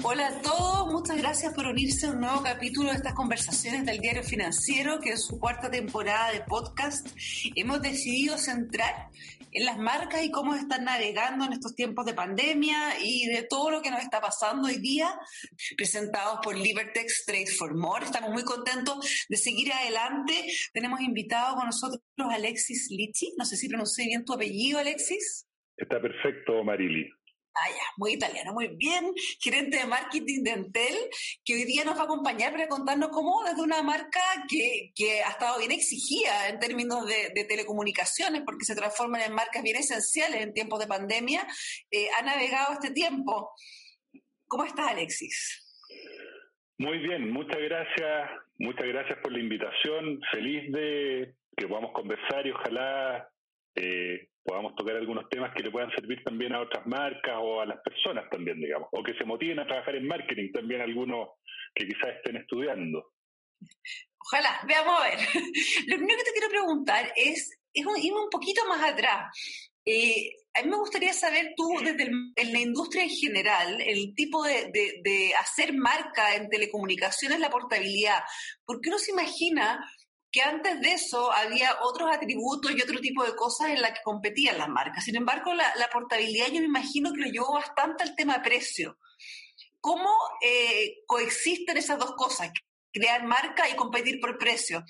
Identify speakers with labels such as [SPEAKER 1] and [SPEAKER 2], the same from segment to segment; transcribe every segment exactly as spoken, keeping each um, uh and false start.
[SPEAKER 1] Hola a todos, muchas gracias por unirse a un nuevo capítulo de estas conversaciones del Diario Financiero, que en su cuarta temporada de podcast hemos decidido centrar en las marcas y cómo están navegando en estos tiempos de pandemia y de todo lo que nos está pasando hoy día, presentados por Libertex Trade for More. Estamos muy contentos de seguir adelante. Tenemos invitado con nosotros a Alexis Lichty, no sé si pronuncié bien tu apellido, Alexis.
[SPEAKER 2] Está perfecto, Marily.
[SPEAKER 1] Ah, ya, muy italiano, muy bien. Gerente de marketing de Entel, que hoy día nos va a acompañar para contarnos cómo desde una marca que, que ha estado bien exigida en términos de, de telecomunicaciones, porque se transforman en marcas bien esenciales en tiempos de pandemia, eh, ha navegado este tiempo. ¿Cómo estás, Alexis?
[SPEAKER 2] Muy bien, muchas gracias. Muchas gracias por la invitación. Feliz de que podamos conversar y ojalá eh, podamos tocar algunos temas que le puedan servir también a otras marcas o a las personas también, digamos, o que se motiven a trabajar en marketing también algunos que quizás estén estudiando.
[SPEAKER 1] Ojalá, veamos a ver. Lo primero que te quiero preguntar es, es un, ir un poquito más atrás. Eh, a mí me gustaría saber tú, desde el, en la industria en general, el tipo de, de, de hacer marca en telecomunicaciones, la portabilidad. Porque uno se imagina que antes de eso había otros atributos y otro tipo de cosas en las que competían las marcas. Sin embargo, la, la portabilidad yo me imagino que lo llevó bastante al tema precio. ¿Cómo eh, coexisten esas dos cosas? Crear marca y competir por precio.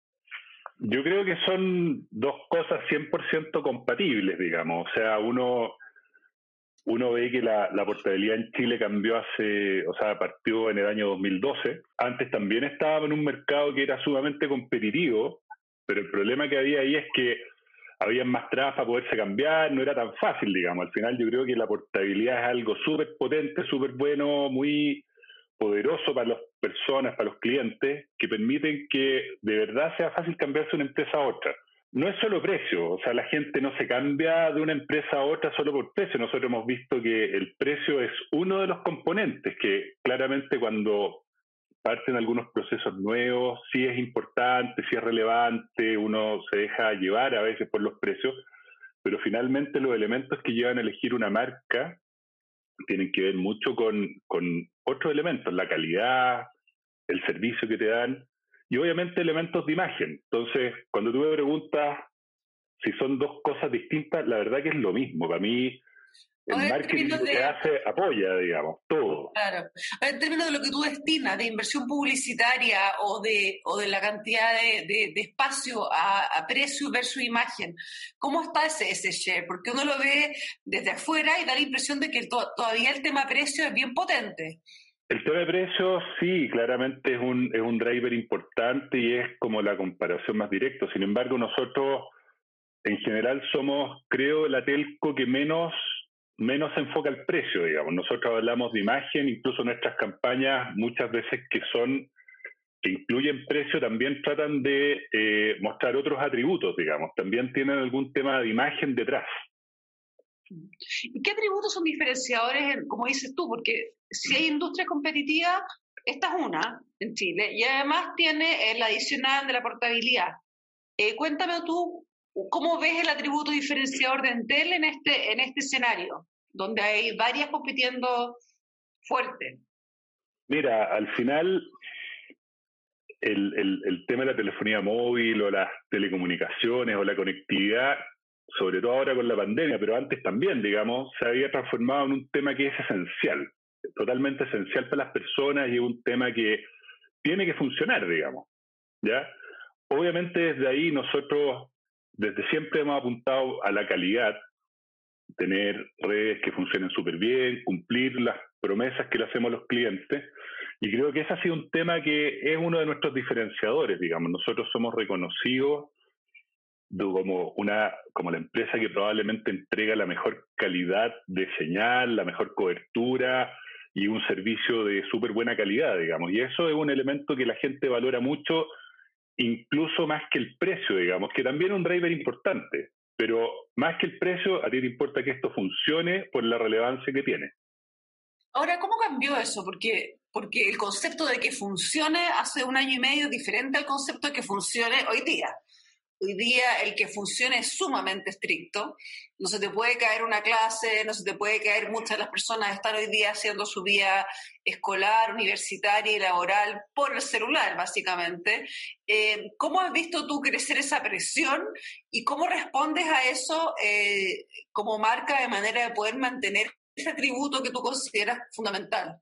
[SPEAKER 2] Yo creo que son dos cosas cien por ciento compatibles, digamos. O sea, uno... Uno ve que la, la portabilidad en Chile cambió hace, o sea, partió en el año dos mil doce. Antes también estábamos en un mercado que era sumamente competitivo, pero el problema que había ahí es que había más trabas para poderse cambiar, no era tan fácil, digamos. Al final yo creo que la portabilidad es algo súper potente, súper bueno, muy poderoso para las personas, para los clientes, que permiten que de verdad sea fácil cambiarse de una empresa a otra. No es solo precio, o sea, la gente no se cambia de una empresa a otra solo por precio. Nosotros hemos visto que el precio es uno de los componentes que claramente cuando parten algunos procesos nuevos, sí es importante, sí es relevante, uno se deja llevar a veces por los precios, pero finalmente los elementos que llevan a elegir una marca tienen que ver mucho con, con otros elementos, la calidad, el servicio que te dan, y obviamente elementos de imagen. Entonces, cuando tú me preguntas si son dos cosas distintas, la verdad que es lo mismo. Para mí, el
[SPEAKER 1] Ahora,
[SPEAKER 2] marketing lo
[SPEAKER 1] de...
[SPEAKER 2] que hace, apoya, digamos, todo.
[SPEAKER 1] Claro. Ahora, en términos de lo que tú destinas, de inversión publicitaria o de, o de la cantidad de, de, de espacio a, a precio versus imagen, ¿cómo está ese, ese share? Porque uno lo ve desde afuera y da la impresión de que to- todavía el tema precio es bien potente.
[SPEAKER 2] El tema de precios, sí, claramente es un, es un driver importante y es como la comparación más directa. Sin embargo, nosotros en general somos, creo, la telco que menos, menos se enfoca al precio, digamos. Nosotros hablamos de imagen, incluso nuestras campañas muchas veces que son, que incluyen precio, también tratan de eh, mostrar otros atributos, digamos. También tienen algún tema de imagen detrás.
[SPEAKER 1] ¿Y qué atributos son diferenciadores, como dices tú? Porque si hay industria competitiva, esta es una en Chile, y además tiene el adicional de la portabilidad. Eh, cuéntame tú, ¿cómo ves el atributo diferenciador de Entel en este, en este escenario, donde hay varias compitiendo fuerte?
[SPEAKER 2] Mira, al final el, el, el tema de la telefonía móvil o las telecomunicaciones o la conectividad, sobre todo ahora con la pandemia, pero antes también, digamos, se había transformado en un tema que es esencial, totalmente esencial para las personas y es un tema que tiene que funcionar, digamos, ¿ya? Obviamente desde ahí nosotros desde siempre hemos apuntado a la calidad, tener redes que funcionen súper bien, cumplir las promesas que le hacemos a los clientes, y creo que ese ha sido un tema que es uno de nuestros diferenciadores, digamos. Nosotros somos reconocidos como una como la empresa que probablemente entrega la mejor calidad de señal, la mejor cobertura y un servicio de súper buena calidad, digamos. Y eso es un elemento que la gente valora mucho, incluso más que el precio, digamos, que también es un driver importante. Pero más que el precio, a ti te importa que esto funcione por la relevancia que tiene.
[SPEAKER 1] Ahora, ¿cómo cambió eso? Porque, porque el concepto de que funcione hace un año y medio es diferente al concepto de que funcione hoy día. hoy día el que funcione es sumamente estricto. No se te puede caer una clase, no se te puede caer, muchas de las personas están hoy día haciendo su vida escolar, universitaria y laboral por el celular, básicamente. Eh, ¿Cómo has visto tú crecer esa presión y cómo respondes a eso eh, como marca de manera de poder mantener ese atributo que tú consideras fundamental?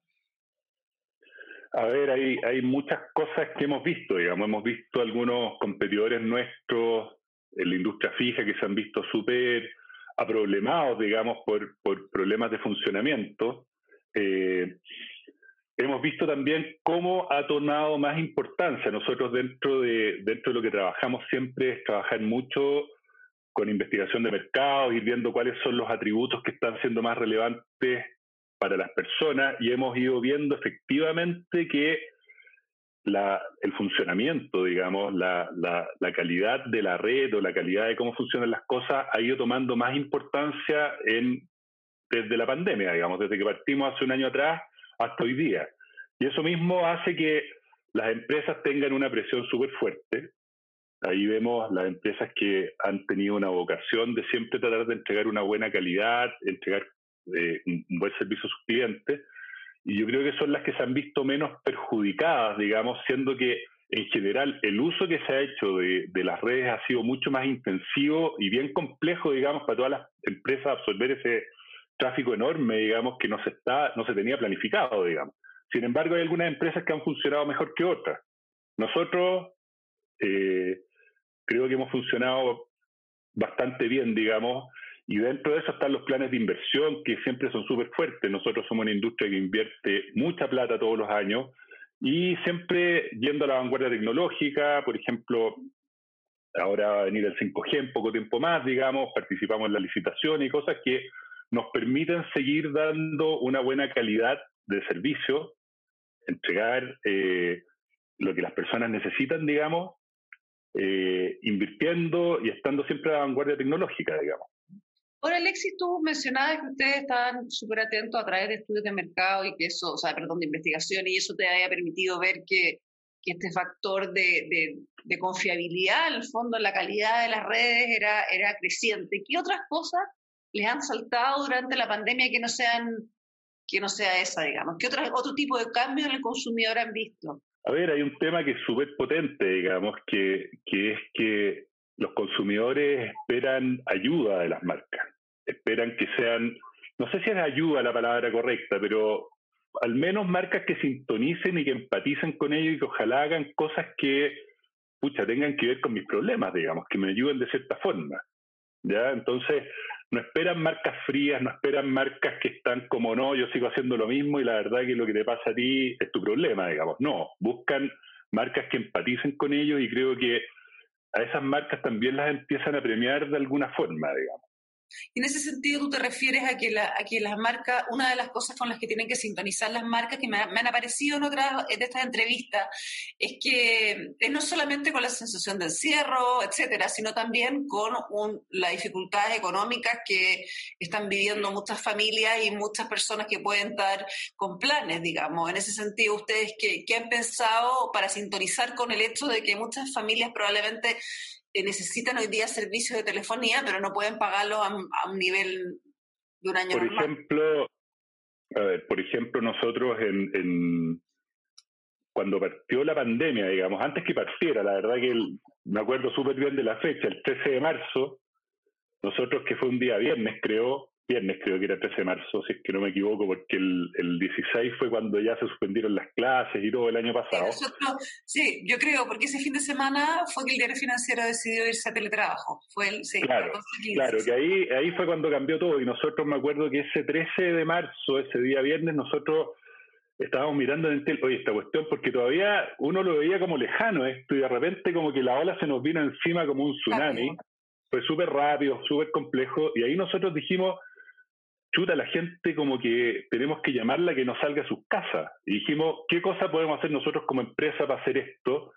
[SPEAKER 2] A ver, hay, hay muchas cosas que hemos visto, digamos, hemos visto algunos competidores nuestros en la industria fija que se han visto súper aproblemados, digamos, por, por problemas de funcionamiento. Eh, hemos visto también cómo ha tomado más importancia. Nosotros dentro de, dentro de lo que trabajamos siempre es trabajar mucho con investigación de mercado, ir viendo cuáles son los atributos que están siendo más relevantes para las personas, y hemos ido viendo efectivamente que la, el funcionamiento, digamos, la, la, la calidad de la red o la calidad de cómo funcionan las cosas ha ido tomando más importancia en, desde la pandemia, digamos, desde que partimos hace un año atrás hasta hoy día. Y eso mismo hace que las empresas tengan una presión súper fuerte. Ahí vemos las empresas que han tenido una vocación de siempre tratar de entregar una buena calidad, entregar eh, un buen servicio a sus clientes, y yo creo que son las que se han visto menos perjudicadas, digamos, siendo que en general el uso que se ha hecho de, de las redes ha sido mucho más intensivo y bien complejo, digamos, para todas las empresas absorber ese tráfico enorme, digamos, que no se está, no se tenía planificado, digamos. Sin embargo, hay algunas empresas que han funcionado mejor que otras. Nosotros eh, creo que hemos funcionado bastante bien, digamos, y dentro de eso están los planes de inversión, que siempre son súper fuertes. Nosotros somos una industria que invierte mucha plata todos los años y siempre yendo a la vanguardia tecnológica. Por ejemplo, ahora va a venir el cinco G en poco tiempo más, digamos, participamos en la licitación y cosas que nos permiten seguir dando una buena calidad de servicio, entregar eh, lo que las personas necesitan, digamos, eh, invirtiendo y estando siempre a la vanguardia tecnológica, digamos.
[SPEAKER 1] Ahora, Alexis, tú mencionabas que ustedes estaban súper atentos a través de estudios de mercado y que eso, o sea, perdón, de investigación, y eso te haya permitido ver que, que este factor de, de, de confiabilidad, en el fondo, en la calidad de las redes era, era creciente. ¿Qué otras cosas les han saltado durante la pandemia que no sean, que no sea esa, digamos? ¿Qué otro, otro tipo de cambios en el consumidor han visto?
[SPEAKER 2] A ver, hay un tema que es súper potente, digamos, que, que es que los consumidores esperan ayuda de las marcas. Esperan que sean, no sé si es ayuda la palabra correcta, pero al menos marcas que sintonicen y que empaticen con ellos y que ojalá hagan cosas que, pucha, tengan que ver con mis problemas, digamos, que me ayuden de cierta forma. ¿Ya? Entonces, no esperan marcas frías, no esperan marcas que están como, no, yo sigo haciendo lo mismo y la verdad que lo que te pasa a ti es tu problema, digamos. No, buscan marcas que empaticen con ellos, y creo que a esas marcas también las empiezan a premiar de alguna forma, digamos.
[SPEAKER 1] En ese sentido, tú te refieres a que, la, a que las marcas, una de las cosas con las que tienen que sintonizar las marcas que me, me han aparecido en otras de estas entrevistas es que es no solamente con la sensación de encierro, etcétera, sino también con un, las dificultades económicas que están viviendo muchas familias y muchas personas que pueden estar con planes, digamos. En ese sentido, ¿ustedes qué, qué han pensado para sintonizar con el hecho de que muchas familias probablemente necesitan hoy día servicios de telefonía, pero no pueden pagarlo a, a un nivel de un año
[SPEAKER 2] por
[SPEAKER 1] normal?
[SPEAKER 2] Ejemplo, a ver, por ejemplo, nosotros en, en cuando partió la pandemia, digamos, antes que partiera, la verdad que el, me acuerdo súper bien de la fecha, el trece de marzo, nosotros, que fue un día viernes, creo, viernes creo que era trece de marzo, si es que no me equivoco, porque el, el dieciséis fue cuando ya se suspendieron las clases y todo el año pasado.
[SPEAKER 1] Sí, nosotros, sí, yo creo, porque ese fin de semana fue que el diario financiero decidió irse a teletrabajo. Fue el, sí,
[SPEAKER 2] claro, claro, que ahí, ahí fue cuando cambió todo, y nosotros, me acuerdo que ese trece de marzo, ese día viernes, nosotros estábamos mirando en el tel, oye, esta cuestión, porque todavía uno lo veía como lejano esto, y de repente como que la ola se nos vino encima como un tsunami. Rápido. Fue súper rápido, súper complejo, y ahí nosotros dijimos, chuta, la gente como que tenemos que llamarla que no salga a sus casas. Y dijimos, ¿qué cosa podemos hacer nosotros como empresa para hacer esto?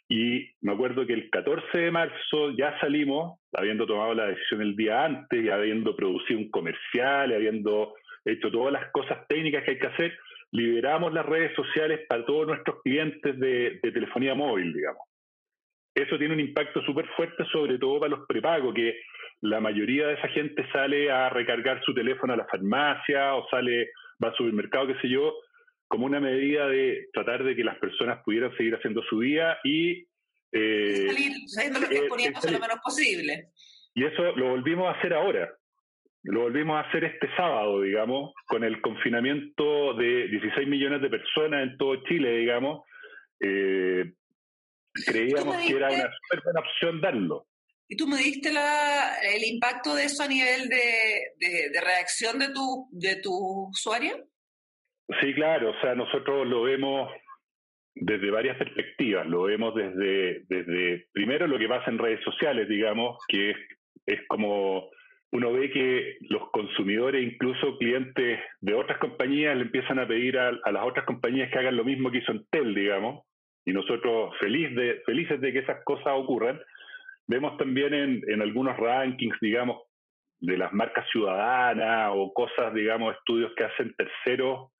[SPEAKER 2] Y me acuerdo que el catorce de marzo ya salimos, habiendo tomado la decisión el día antes, y habiendo producido un comercial, y habiendo hecho todas las cosas técnicas que hay que hacer, liberamos las redes sociales para todos nuestros clientes de, de telefonía móvil, digamos. eso tiene un impacto súper fuerte, sobre todo para los prepagos, que la mayoría de esa gente sale a recargar su teléfono a la farmacia o sale, va al supermercado, qué sé yo, como una medida de tratar de que las personas pudieran seguir haciendo su vida y...
[SPEAKER 1] Eh, salir, sabiendo lo que exponiéndose eh, lo menos posible.
[SPEAKER 2] Y eso lo volvimos a hacer ahora. Lo volvimos a hacer este sábado, digamos, con el confinamiento de dieciséis millones de personas en todo Chile, digamos. Eh, creíamos que era una súper buena opción darlo.
[SPEAKER 1] ¿Y tú me diste la, el impacto de eso a nivel de, de, de reacción de tu, de tu usuario?
[SPEAKER 2] Sí, claro. O sea, nosotros lo vemos desde varias perspectivas. Lo vemos desde, desde primero, lo que pasa en redes sociales, digamos, que es, es como... Uno ve que los consumidores, incluso clientes de otras compañías, le empiezan a pedir a, a las otras compañías que hagan lo mismo que hizo Entel, digamos, y nosotros feliz de, felices de que esas cosas ocurran. Vemos también en, en algunos rankings, digamos, de las marcas ciudadanas o cosas, digamos, estudios que hacen terceros,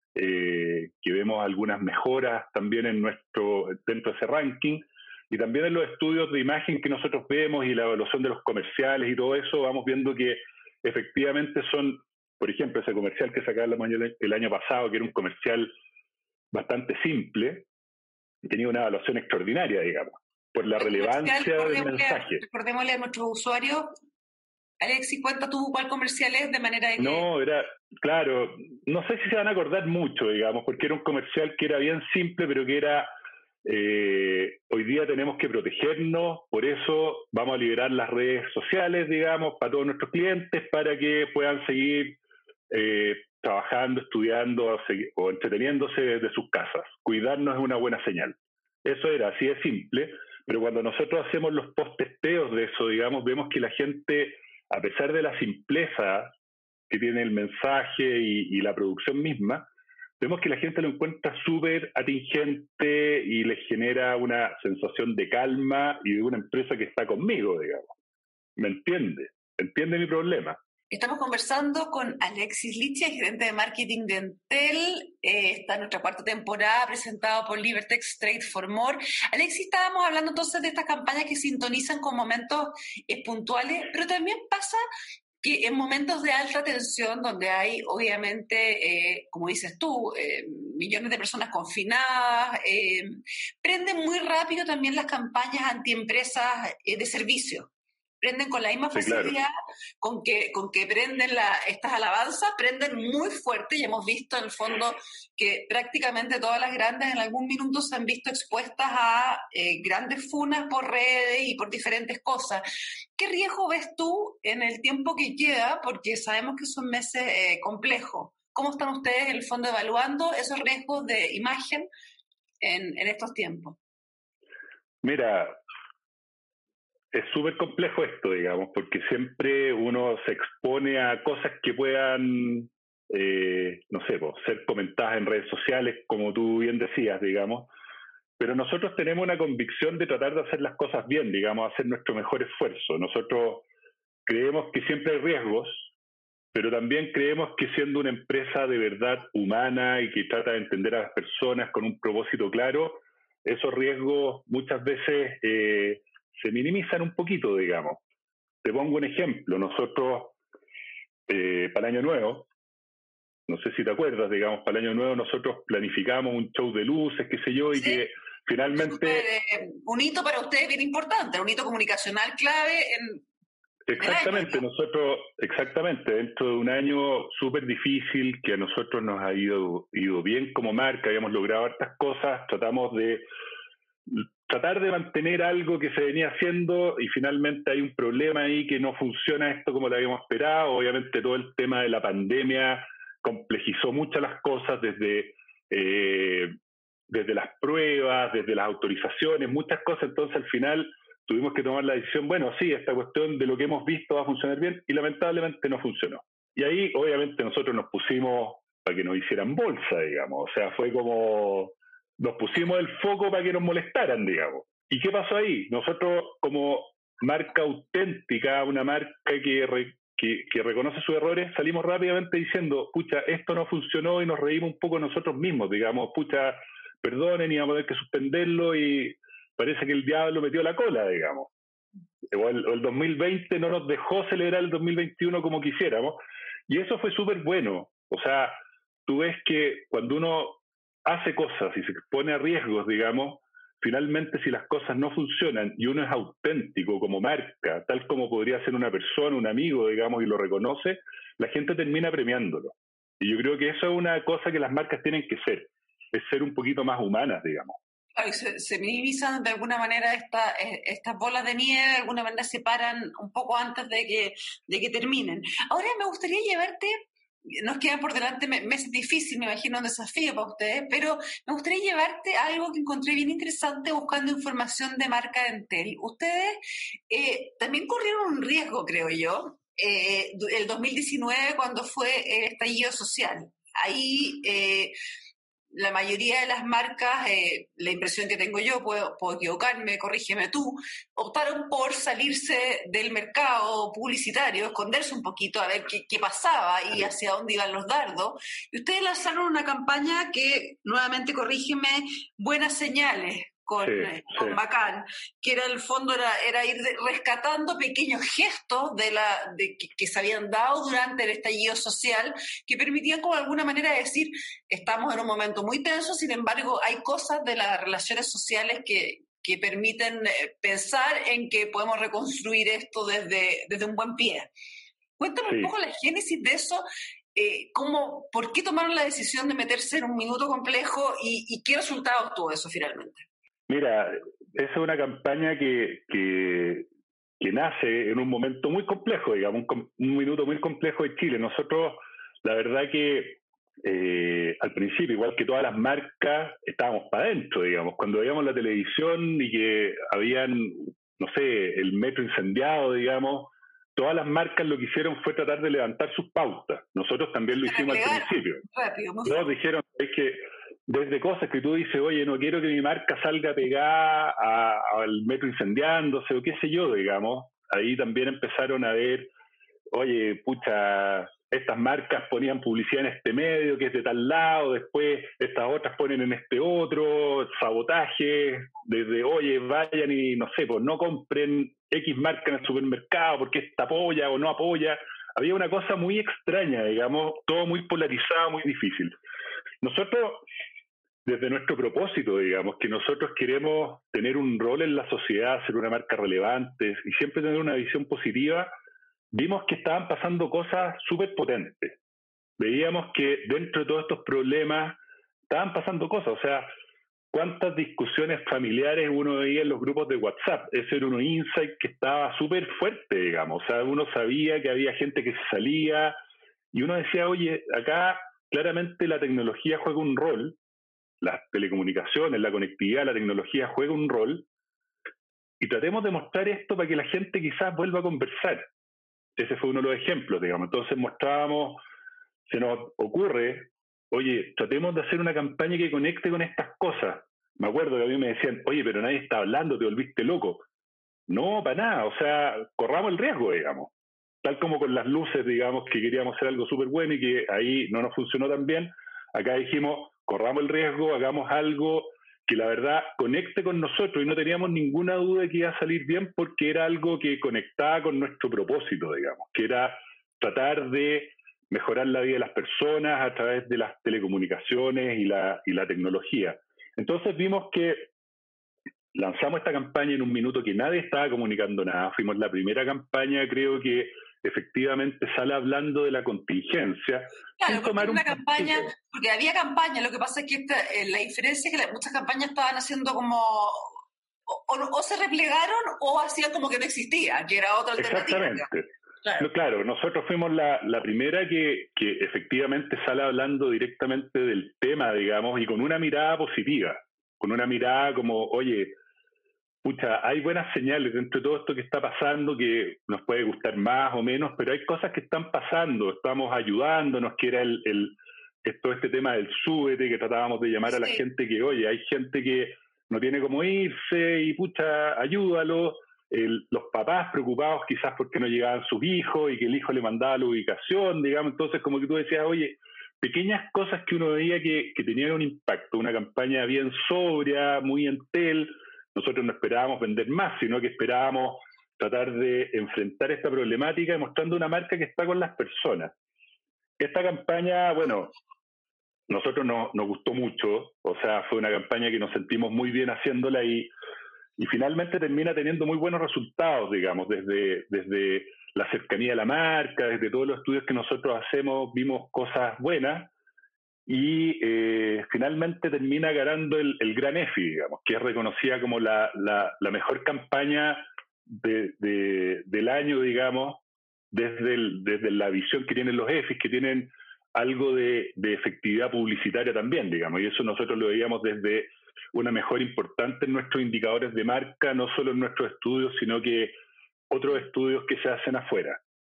[SPEAKER 2] eh, que vemos algunas mejoras también en nuestro, dentro de ese ranking. Y también en los estudios de imagen que nosotros vemos y la evaluación de los comerciales y todo eso, vamos viendo que efectivamente son, por ejemplo, ese comercial que sacamos el año pasado, que era un comercial bastante simple, tenía una evaluación extraordinaria, digamos, por la relevancia del mensaje.
[SPEAKER 1] Recordémosle a nuestros usuarios, Alexis, cuenta tú cuál comercial es de manera de que...
[SPEAKER 2] No, era, claro, no sé si se van a acordar mucho, digamos, porque era un comercial que era bien simple, pero que era... Eh, hoy día tenemos que protegernos, por eso vamos a liberar las redes sociales, digamos, para todos nuestros clientes, para que puedan seguir eh, trabajando, estudiando o, segui- o entreteniéndose desde sus casas. Cuidarnos es una buena señal. Eso era así de simple, pero cuando nosotros hacemos los post-testeos de eso, digamos, vemos que la gente, a pesar de la simpleza que tiene el mensaje y, y la producción misma, vemos que la gente lo encuentra súper atingente y les genera una sensación de calma y de una empresa que está conmigo, digamos. ¿Me entiende? ¿Entiende mi problema?
[SPEAKER 1] Estamos conversando con Alexis Lichia, gerente de marketing de Entel. Eh, está en nuestra cuarta temporada, presentado por Libertex Trade for More. Alexis, estábamos hablando entonces de estas campañas que sintonizan con momentos eh, puntuales, pero también pasa que en momentos de alta tensión, donde hay obviamente, eh, como dices tú, eh, millones de personas confinadas, eh, prenden muy rápido también las campañas antiempresas eh, de servicio. Prenden con la misma
[SPEAKER 2] Sí,
[SPEAKER 1] facilidad
[SPEAKER 2] claro.
[SPEAKER 1] con que con que prenden la, estas alabanzas, prenden muy fuerte, y hemos visto en el fondo que prácticamente todas las grandes en algún minuto se han visto expuestas a eh, grandes funas por redes y por diferentes cosas. ¿Qué riesgo ves tú en el tiempo que queda? Porque sabemos que son meses eh, complejos. ¿Cómo están ustedes en el fondo evaluando esos riesgos de imagen en, en estos tiempos?
[SPEAKER 2] Mira, es súper complejo esto, digamos, porque siempre uno se expone a cosas que puedan, eh, no sé, pues, ser comentadas en redes sociales, como tú bien decías, digamos, pero nosotros tenemos una convicción de tratar de hacer las cosas bien, digamos, hacer nuestro mejor esfuerzo. Nosotros creemos que siempre hay riesgos, pero también creemos que siendo una empresa de verdad humana y que trata de entender a las personas con un propósito claro, esos riesgos muchas veces eh, se minimizan un poquito, digamos. Te pongo un ejemplo. Nosotros, eh, para el Año Nuevo, no sé si te acuerdas, digamos, para el Año Nuevo nosotros planificamos un show de luces, qué sé yo, y
[SPEAKER 1] sí,
[SPEAKER 2] que finalmente...
[SPEAKER 1] Eh, un hito para ustedes bien importante, un hito comunicacional clave en...
[SPEAKER 2] Exactamente, año, nosotros, exactamente, dentro de un año súper difícil, que a nosotros nos ha ido, ido bien como marca, habíamos logrado hartas cosas, tratamos de tratar de mantener algo que se venía haciendo y finalmente hay un problema ahí que no funciona esto como lo habíamos esperado. Obviamente todo el tema de la pandemia complejizó muchas las cosas desde, eh, desde las pruebas, desde las autorizaciones, muchas cosas. Entonces al final tuvimos que tomar la decisión, bueno, sí, esta cuestión de lo que hemos visto va a funcionar bien, y lamentablemente no funcionó. Y ahí obviamente nosotros nos pusimos para que nos hicieran bolsa, digamos. O sea, fue como... nos pusimos el foco para que nos molestaran, digamos. ¿Y qué pasó ahí? Nosotros, como marca auténtica, una marca que, re, que, que reconoce sus errores, salimos rápidamente diciendo, pucha, esto no funcionó, y nos reímos un poco nosotros mismos, digamos, pucha, perdonen, y vamos a tener que suspenderlo, y parece que el diablo metió la cola, digamos. O el, o el dos mil veinte no nos dejó celebrar el dos mil veintiuno como quisiéramos, y eso fue súper bueno. O sea, tú ves que cuando uno hace cosas y se expone a riesgos, digamos, finalmente si las cosas no funcionan y uno es auténtico como marca, tal como podría ser una persona, un amigo, digamos, y lo reconoce, la gente termina premiándolo. Y yo creo que eso es una cosa que las marcas tienen que ser, es ser un poquito más humanas, digamos.
[SPEAKER 1] Claro, se, se minimizan de alguna manera esta, eh, estas bolas de nieve, de alguna manera se paran un poco antes de que, de que terminen. Ahora me gustaría llevarte, nos quedan por delante meses difíciles, me imagino un desafío para ustedes, pero me gustaría llevarte a algo que encontré bien interesante buscando información de marca de Entel. Ustedes eh, también corrieron un riesgo, creo yo, eh, el dos mil diecinueve cuando fue el estallido social. Ahí... Eh, la mayoría de las marcas, eh, la impresión que tengo yo, puedo, puedo equivocarme, corrígeme tú, optaron por salirse del mercado publicitario, esconderse un poquito a ver qué, qué pasaba y hacia dónde iban los dardos. Y ustedes lanzaron una campaña que, nuevamente corrígeme, buenas señales. Con, sí, eh, con sí. Bacán, que era el fondo era, era ir de, rescatando pequeños gestos de la de que, que se habían dado durante el estallido social que permitían como de alguna manera decir estamos en un momento muy tenso, sin embargo hay cosas de las relaciones sociales que, que permiten eh, pensar en que podemos reconstruir esto desde, desde un buen pie. Cuéntame sí. un poco la génesis de eso. Eh, ¿cómo, ¿Por qué tomaron la decisión de meterse en un minuto complejo y, y qué resultados tuvo eso finalmente?
[SPEAKER 2] Mira, esa es una campaña que, que, que nace en un momento muy complejo, digamos, un, un minuto muy complejo de Chile. Nosotros, la verdad que eh, al principio, igual que todas las marcas, estábamos para adentro, digamos. Cuando veíamos la televisión y que habían, no sé, el metro incendiado, digamos, todas las marcas lo que hicieron fue tratar de levantar sus pautas. Nosotros también lo hicimos al principio.
[SPEAKER 1] Rápido,
[SPEAKER 2] Todos dijeron, es que desde cosas que tú dices, oye, no quiero que mi marca salga pegada a, al metro incendiándose o qué sé yo, digamos. Ahí también empezaron a ver, oye, pucha, estas marcas ponían publicidad en este medio que es de tal lado, después estas otras ponen en este otro, sabotaje, desde, oye, vayan y, no sé, pues no compren X marca en el supermercado porque esta apoya o no apoya. Había una cosa muy extraña, digamos, todo muy polarizado, muy difícil. Nosotros, desde nuestro propósito, digamos, que nosotros queremos tener un rol en la sociedad, ser una marca relevante y siempre tener una visión positiva, vimos que estaban pasando cosas súper potentes. Veíamos que dentro de todos estos problemas estaban pasando cosas, o sea, cuántas discusiones familiares uno veía en los grupos de WhatsApp. Ese era un insight que estaba súper fuerte, digamos, o sea, uno sabía que había gente que se salía y uno decía, oye, acá claramente la tecnología juega un rol, las telecomunicaciones, la conectividad, la tecnología juega un rol, y tratemos de mostrar esto para que la gente quizás vuelva a conversar. Ese fue uno de los ejemplos, digamos. Entonces mostrábamos, se nos ocurre, oye, tratemos de hacer una campaña que conecte con estas cosas. Me acuerdo que a mí me decían, oye, pero nadie está hablando, te volviste loco. No, para nada, o sea, corramos el riesgo, digamos. Tal como con las luces, digamos, que queríamos hacer algo súper bueno y que ahí no nos funcionó tan bien, acá dijimos, corramos el riesgo, hagamos algo que la verdad conecte con nosotros y no teníamos ninguna duda de que iba a salir bien porque era algo que conectaba con nuestro propósito, digamos, que era tratar de mejorar la vida de las personas a través de las telecomunicaciones y la, y la tecnología. Entonces vimos que lanzamos esta campaña en un minuto que nadie estaba comunicando nada, fuimos la primera campaña, creo que efectivamente sale hablando de la contingencia.
[SPEAKER 1] Claro, porque una un campaña, porque había campaña, lo que pasa es que esta, eh, la diferencia es que la, muchas campañas estaban haciendo como, o, o, o se replegaron o hacían como que no existía, que era otra alternativa.
[SPEAKER 2] Exactamente. Claro. claro, nosotros fuimos la, la primera que, que efectivamente sale hablando directamente del tema, digamos, y con una mirada positiva, con una mirada como, oye, pucha, hay buenas señales dentro de todo esto que está pasando que nos puede gustar más o menos, pero hay cosas que están pasando, estamos ayudándonos, que era el, el todo este tema del súbete, que tratábamos de llamar sí. a la gente que, oye, hay gente que no tiene cómo irse y pucha, ayúdalo, el, los papás preocupados quizás porque no llegaban sus hijos y que el hijo le mandaba la ubicación, digamos, entonces como que tú decías, oye, pequeñas cosas que uno veía que, que tenían un impacto, una campaña bien sobria, muy entel, nosotros no esperábamos vender más, sino que esperábamos tratar de enfrentar esta problemática mostrando una marca que está con las personas. Esta campaña, bueno, nosotros no, nos gustó mucho, o sea, fue una campaña que nos sentimos muy bien haciéndola y, y finalmente termina teniendo muy buenos resultados, digamos, desde, desde la cercanía de la marca, desde todos los estudios que nosotros hacemos, vimos cosas buenas y eh, finalmente termina ganando el, el Gran EFI, digamos, que es reconocida como la, la, la mejor campaña de, de, del año, digamos, desde, el, desde la visión que tienen los EFIs, que tienen algo de, de efectividad publicitaria también, digamos, y eso nosotros lo veíamos desde una mejora importante en nuestros indicadores de marca, no solo en nuestros estudios, sino que otros estudios que se hacen afuera.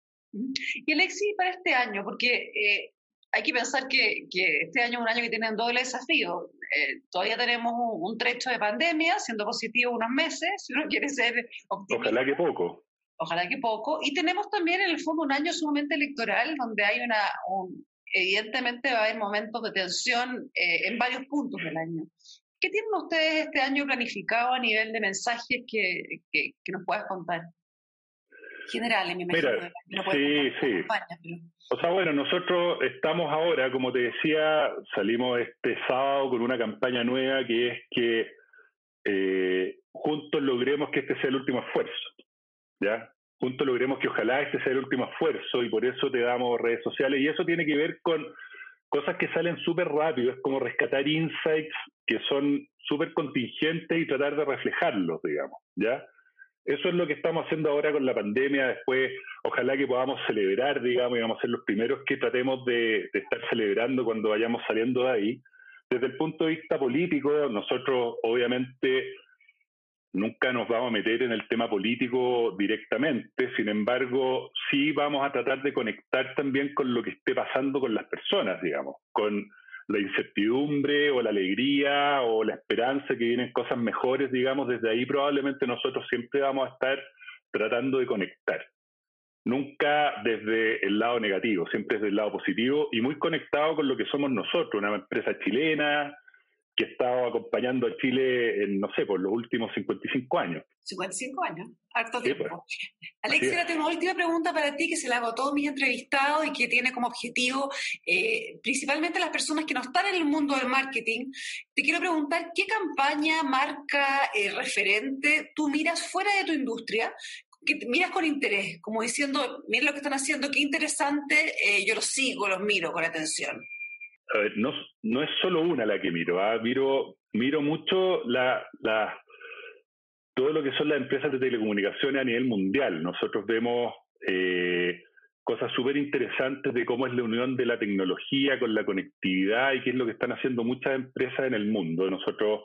[SPEAKER 1] Y Alexis, para este año, porque eh, hay que pensar que, que este año es un año que tiene un doble desafío. Eh, todavía tenemos un, un trecho de pandemia, siendo positivo unos meses, si uno quiere ser optimista.
[SPEAKER 2] Ojalá que poco.
[SPEAKER 1] Ojalá que poco. Y tenemos también en el fondo un año sumamente electoral, donde hay una, un, evidentemente va a haber momentos de tensión eh, en varios puntos del año. ¿Qué tienen ustedes este año planificado a nivel de mensajes que, que, que nos puedas contar? Generales, me imagino.
[SPEAKER 2] Mira,
[SPEAKER 1] no
[SPEAKER 2] sí, sí.
[SPEAKER 1] Campaña, pero...
[SPEAKER 2] O sea, bueno, nosotros estamos ahora, como te decía, salimos este sábado con una campaña nueva que es que eh, juntos logremos que este sea el último esfuerzo, ¿ya? Juntos logremos que ojalá este sea el último esfuerzo y por eso te damos redes sociales y eso tiene que ver con cosas que salen súper rápido, es como rescatar insights que son súper contingentes y tratar de reflejarlos, digamos, ¿ya? Eso es lo que estamos haciendo ahora con la pandemia. Después, ojalá que podamos celebrar, digamos, y vamos a ser los primeros que tratemos de, de estar celebrando cuando vayamos saliendo de ahí. Desde el punto de vista político, nosotros obviamente nunca nos vamos a meter en el tema político directamente, sin embargo, sí vamos a tratar de conectar también con lo que esté pasando con las personas, digamos, con la incertidumbre o la alegría o la esperanza que vienen cosas mejores, digamos, desde ahí probablemente nosotros siempre vamos a estar tratando de conectar. Nunca desde el lado negativo, siempre desde el lado positivo y muy conectado con lo que somos nosotros, una empresa chilena que ha estado acompañando a Chile en, no sé, por los últimos cincuenta y cinco años.
[SPEAKER 1] cincuenta y cinco años, harto tiempo.
[SPEAKER 2] Sí, pues.
[SPEAKER 1] Alexis, ahora tengo una última pregunta para ti que se la hago a todos mis entrevistados y que tiene como objetivo eh, principalmente las personas que no están en el mundo del marketing. Te quiero preguntar, ¿qué campaña, marca, eh, referente tú miras fuera de tu industria, que miras con interés, como diciendo, mira lo que están haciendo, qué interesante, eh, yo los sigo, los miro con atención?
[SPEAKER 2] A ver, no, no es solo una la que miro, ¿eh? miro, miro mucho la, la, todo lo que son las empresas de telecomunicaciones a nivel mundial. Nosotros vemos eh, cosas súper interesantes de cómo es la unión de la tecnología con la conectividad y qué es lo que están haciendo muchas empresas en el mundo. Nosotros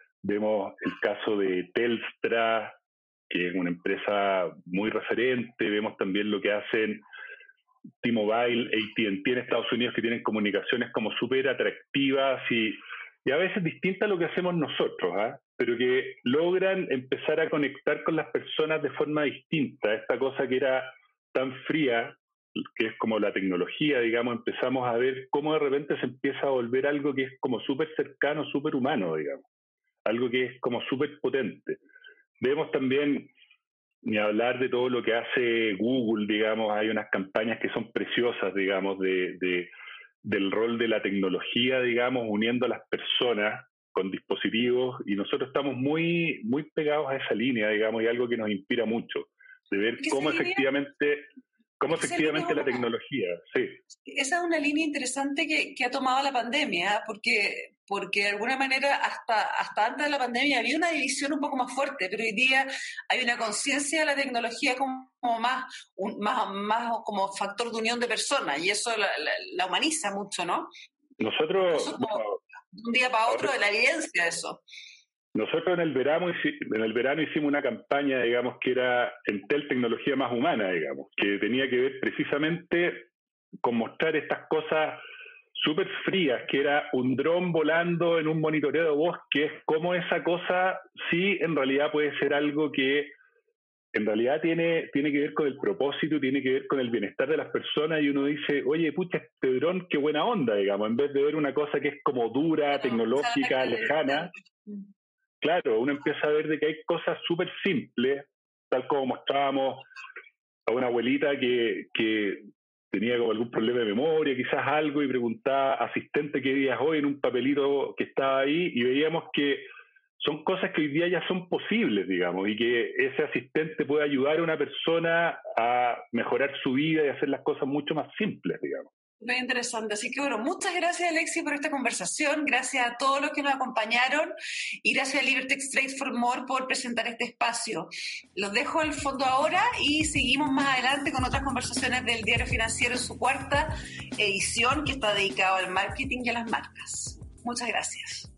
[SPEAKER 2] vemos el caso de Telstra, que es una empresa muy referente, vemos también lo que hacen T-Mobile, A T and T en Estados Unidos, que tienen comunicaciones como súper atractivas y, y a veces distintas a lo que hacemos nosotros, ¿eh? pero que logran empezar a conectar con las personas de forma distinta. Esta cosa que era tan fría, que es como la tecnología, digamos, empezamos a ver cómo de repente se empieza a volver algo que es como súper cercano, súper humano, digamos, algo que es como súper potente. Vemos también, ni hablar de todo lo que hace Google, digamos, hay unas campañas que son preciosas, digamos, de, de, del rol de la tecnología, digamos, uniendo a las personas con dispositivos, y nosotros estamos muy, muy pegados a esa línea, digamos, y algo que nos inspira mucho, de ver cómo efectivamente, cómo efectivamente la tecnología, sí.
[SPEAKER 1] Esa es una línea interesante que, que ha tomado la pandemia, porque, porque de alguna manera hasta, hasta antes de la pandemia había una división un poco más fuerte, pero hoy día hay una conciencia de la tecnología como, como más, un, más, más como factor de unión de personas, y eso la, la, la humaniza mucho, ¿no?
[SPEAKER 2] Nosotros,
[SPEAKER 1] Nosotros
[SPEAKER 2] bueno,
[SPEAKER 1] de un día para otro, de la evidencia de eso.
[SPEAKER 2] Nosotros en el verano en el verano hicimos una campaña, digamos, que era Entel Tecnología Más Humana, digamos, que tenía que ver precisamente con mostrar estas cosas súper frías, que era un dron volando en un monitoreo de bosques, cómo esa cosa sí en realidad puede ser algo que en realidad tiene, tiene que ver con el propósito, tiene que ver con el bienestar de las personas, y uno dice, oye, pucha, este dron, qué buena onda, digamos, en vez de ver una cosa que es como dura, tecnológica, lejana. claro, uno empieza a ver de que hay cosas súper simples, tal como mostrábamos a una abuelita que, que tenía como algún problema de memoria, quizás algo, y preguntaba, asistente, ¿qué días hoy? En un papelito que estaba ahí, y veíamos que son cosas que hoy día ya son posibles, digamos, y que ese asistente puede ayudar a una persona a mejorar su vida y hacer las cosas mucho más simples, digamos.
[SPEAKER 1] Muy interesante. Así que bueno, muchas gracias, Alexis, por esta conversación. Gracias a todos los que nos acompañaron y gracias a LiberTech Trade for More por presentar este espacio. Los dejo al fondo ahora y seguimos más adelante con otras conversaciones del Diario Financiero en su cuarta edición, que está dedicado al marketing y a las marcas. Muchas gracias.